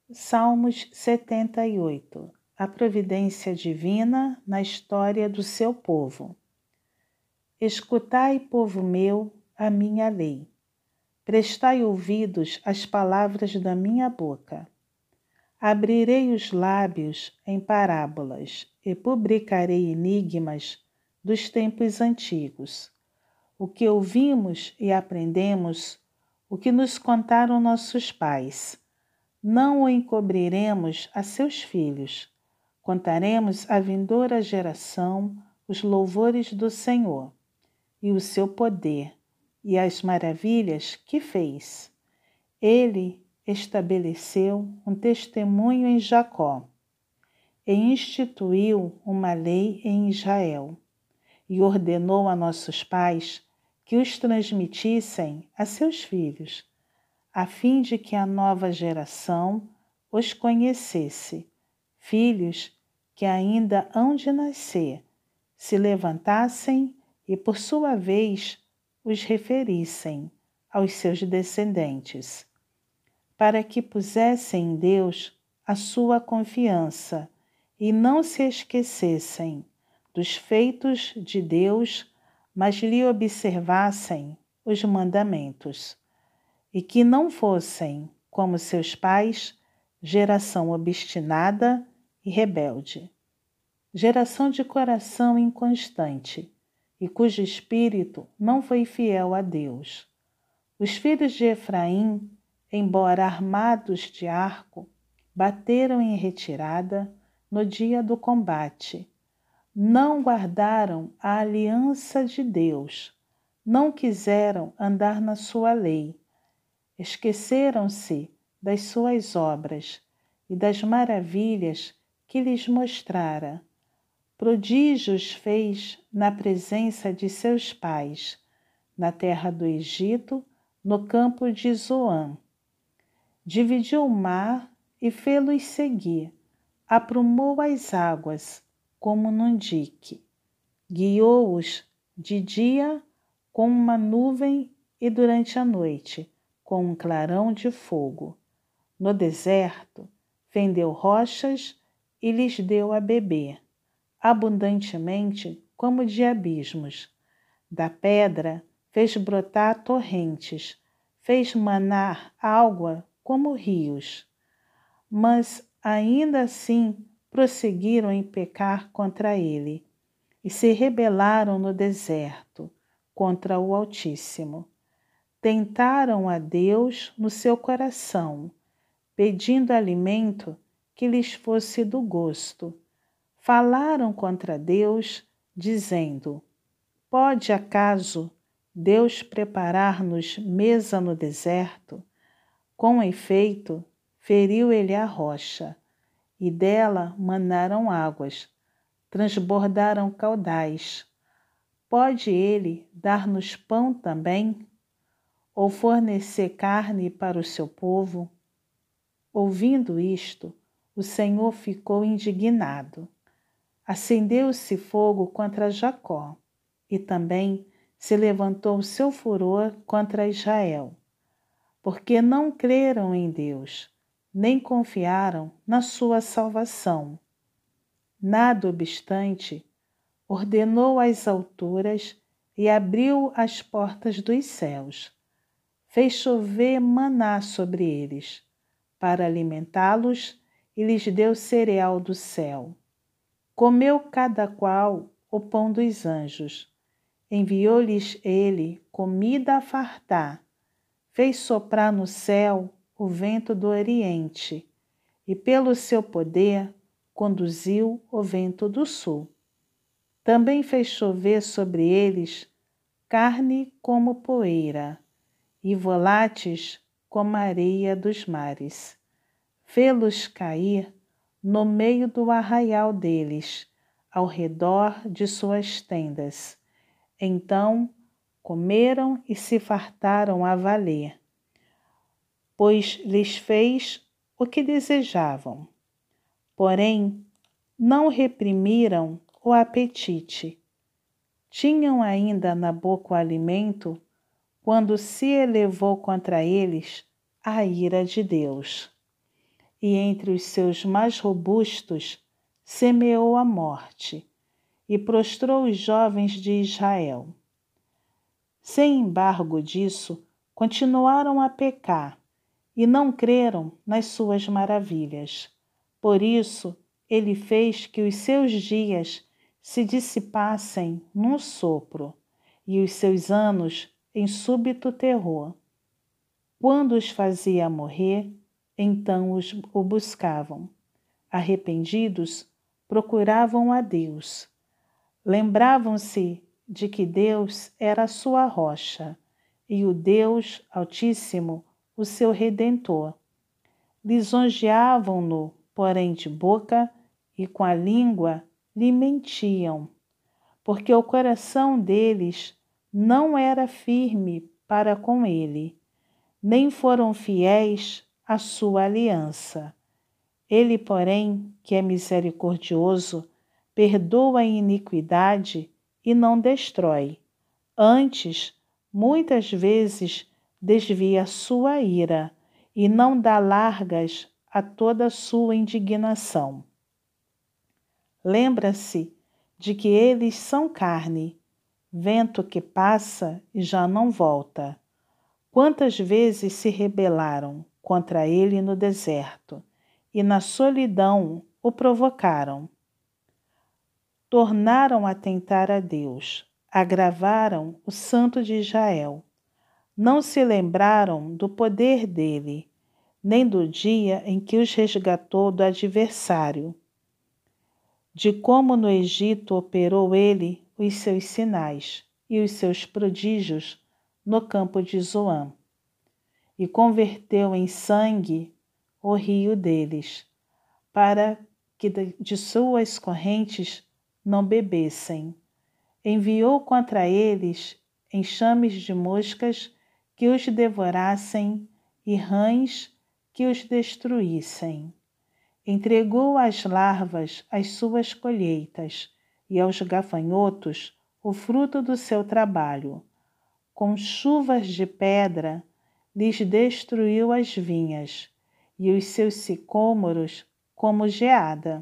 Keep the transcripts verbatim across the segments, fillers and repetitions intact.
Salmos setenta e oito. A providência divina na história do seu povo. Escutai, povo meu, a minha lei. Prestai ouvidos às palavras da minha boca. Abrirei os lábios em parábolas e publicarei enigmas dos tempos antigos. O que ouvimos e aprendemos, o que nos contaram nossos pais. Não o encobriremos a seus filhos. Contaremos à vindoura geração os louvores do Senhor, e o seu poder, e as maravilhas que fez. Ele estabeleceu um testemunho em Jacó, e instituiu uma lei em Israel, e ordenou a nossos pais que os transmitissem a seus filhos, a fim de que a nova geração os conhecesse, filhos que ainda hão de nascer, se levantassem e, por sua vez, os referissem aos seus descendentes, para que pusessem em Deus a sua confiança e não se esquecessem dos feitos de Deus, mas lhe observassem os mandamentos, e que não fossem, como seus pais, geração obstinada e rebelde, geração de coração inconstante, e cujo espírito não foi fiel a Deus. Os filhos de Efraim, embora armados de arco, bateram em retirada no dia do combate. Não guardaram a aliança de Deus, não quiseram andar na sua lei. Esqueceram-se das suas obras e das maravilhas que lhes mostrara. Prodígios fez na presença de seus pais, na terra do Egito, no campo de Zoã. Dividiu o mar e fê-los seguir, aprumou as águas como num dique. Guiou-os de dia com uma nuvem e durante a noite com um clarão de fogo. No deserto, fendeu rochas e lhes deu a beber, abundantemente como de abismos. Da pedra fez brotar torrentes, fez manar água como rios. Mas ainda assim prosseguiram em pecar contra ele, e se rebelaram no deserto contra o Altíssimo. Tentaram a Deus no seu coração, pedindo alimento que lhes fosse do gosto. Falaram contra Deus, dizendo: Pode acaso Deus preparar-nos mesa no deserto? Com efeito, feriu ele a rocha, e dela manaram águas, transbordaram caudais. Pode ele dar-nos pão também? Ou fornecer carne para o seu povo? Ouvindo isto, o Senhor ficou indignado. Acendeu-se fogo contra Jacó, e também se levantou o seu furor contra Israel, porque não creram em Deus, nem confiaram na sua salvação. Nada obstante, ordenou as alturas e abriu as portas dos céus. Fez chover maná sobre eles, para alimentá-los, e lhes deu cereal do céu. Comeu cada qual o pão dos anjos. Enviou-lhes ele comida a fartar. Fez soprar no céu o vento do oriente, e pelo seu poder conduziu o vento do sul. Também fez chover sobre eles carne como poeira, e voláteis como a areia dos mares. Fê-los cair no meio do arraial deles, ao redor de suas tendas. Então comeram e se fartaram a valer, pois lhes fez o que desejavam. Porém, não reprimiram o apetite. Tinham ainda na boca o alimento quando se elevou contra eles a ira de Deus. e entre os seus mais robustos semeou a morte e prostrou os jovens de Israel. Sem embargo disso, continuaram a pecar e não creram nas suas maravilhas. Por isso, ele fez que os seus dias se dissipassem num sopro e os seus anos em súbito terror. Quando os fazia morrer, então os o buscavam. Arrependidos, procuravam a Deus. Lembravam-se de que Deus era a sua rocha e o Deus Altíssimo o seu Redentor. Lisonjeavam-no, porém de boca e com a língua lhe mentiam, porque o coração deles não era firme para com ele, nem foram fiéis à sua aliança. Ele, porém, que é misericordioso, perdoa a iniquidade e não destrói. Antes, muitas vezes, desvia a sua ira e não dá largas a toda a sua indignação. Lembra-se de que eles são carne, vento que passa e já não volta. Quantas vezes se rebelaram contra ele no deserto e na solidão o provocaram. Tornaram a tentar a Deus, agravaram o Santo de Israel. Não se lembraram do poder dele, nem do dia em que os resgatou do adversário, de como no Egito operou ele os seus sinais e os seus prodígios no campo de Zoã, e converteu em sangue o rio deles, para que de suas correntes não bebessem. Enviou contra eles enxames de moscas que os devorassem e rãs que os destruíssem. Entregou às larvas as suas colheitas e aos gafanhotos o fruto do seu trabalho. Com chuvas de pedra lhes destruiu as vinhas e os seus sicômoros como geada.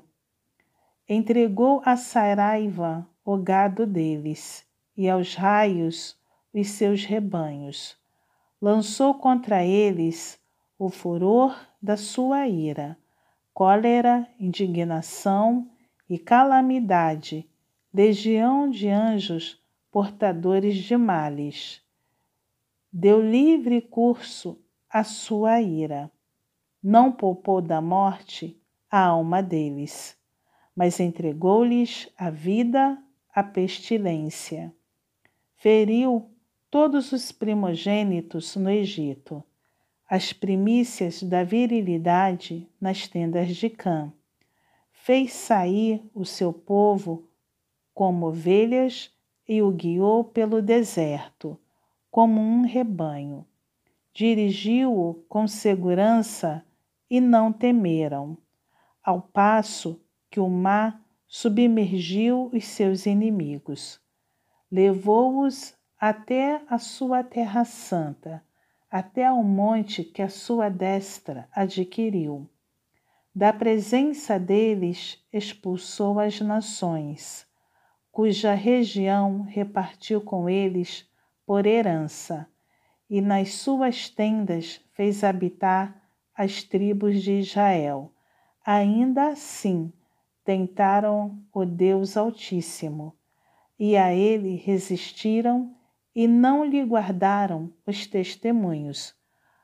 Entregou à saraiva o gado deles e aos raios os seus rebanhos. Lançou contra eles o furor da sua ira, cólera, indignação e calamidade, legião de anjos portadores de males. Deu livre curso à sua ira. Não poupou da morte a alma deles, mas entregou-lhes a vida à pestilência. Feriu todos os primogênitos no Egito, as primícias da virilidade nas tendas de Cã. Fez sair o seu povo como ovelhas e o guiou pelo deserto, como um rebanho. Dirigiu-o com segurança e não temeram, ao passo que o mar submergiu os seus inimigos. Levou-os até a sua terra santa, até ao monte que a sua destra adquiriu. Da presença deles expulsou as nações, cuja região repartiu com eles por herança, e nas suas tendas fez habitar as tribos de Israel. Ainda assim tentaram o Deus Altíssimo, e a ele resistiram e não lhe guardaram os testemunhos.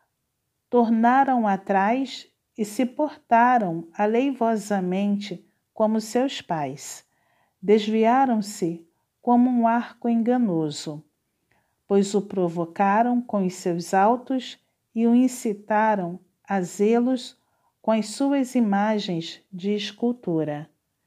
Tornaram atrás e se portaram aleivosamente como seus pais. Desviaram-se como um arco enganoso, pois o provocaram com os seus altos e o incitaram a zelos com as suas imagens de escultura.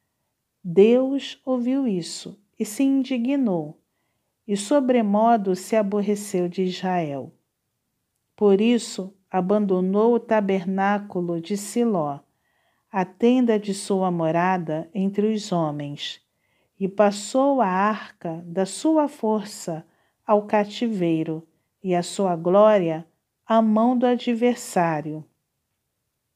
Deus ouviu isso e se indignou, e sobremodo se aborreceu de Israel. Por isso, abandonou o tabernáculo de Siló, a tenda de sua morada entre os homens, e passou a arca da sua força ao cativeiro, e a sua glória à mão do adversário.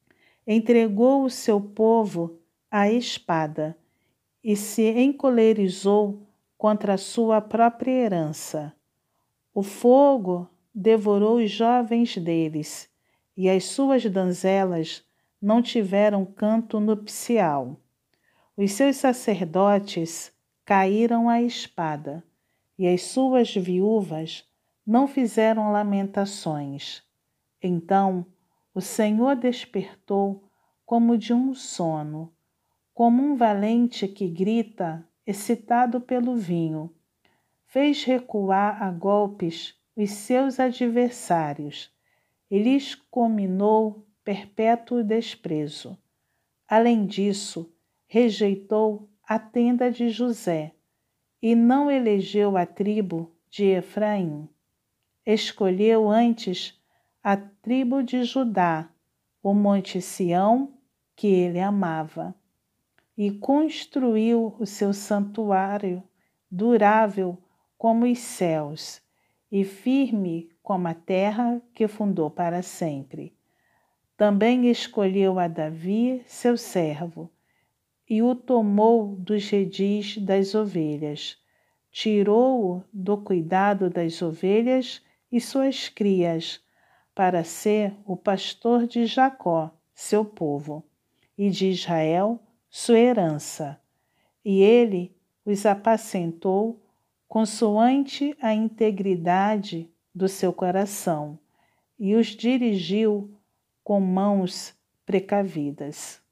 entregou o seu povo à espada e se encolerizou contra a sua própria herança. O fogo devorou os jovens deles, e as suas donzelas não tiveram canto nupcial. Os seus sacerdotes caíram à espada, e as suas viúvas não fizeram lamentações. Então o Senhor despertou como de um sono, como um valente que grita, excitado pelo vinho. Fez recuar a golpes os seus adversários e lhes comminou perpétuo desprezo. Além disso, rejeitou a tenda de José e não elegeu a tribo de Efraim. Escolheu antes a tribo de Judá, o monte Sião, que ele amava, e construiu o seu santuário durável como os céus e firme como a terra que fundou para sempre. Também escolheu a Davi, seu servo, e o tomou dos redis das ovelhas, tirou-o do cuidado das ovelhas e suas crias, para ser o pastor de Jacó, seu povo, e de Israel, sua herança. E ele os apacentou consoante a integridade do seu coração, e os dirigiu com mãos precavidas.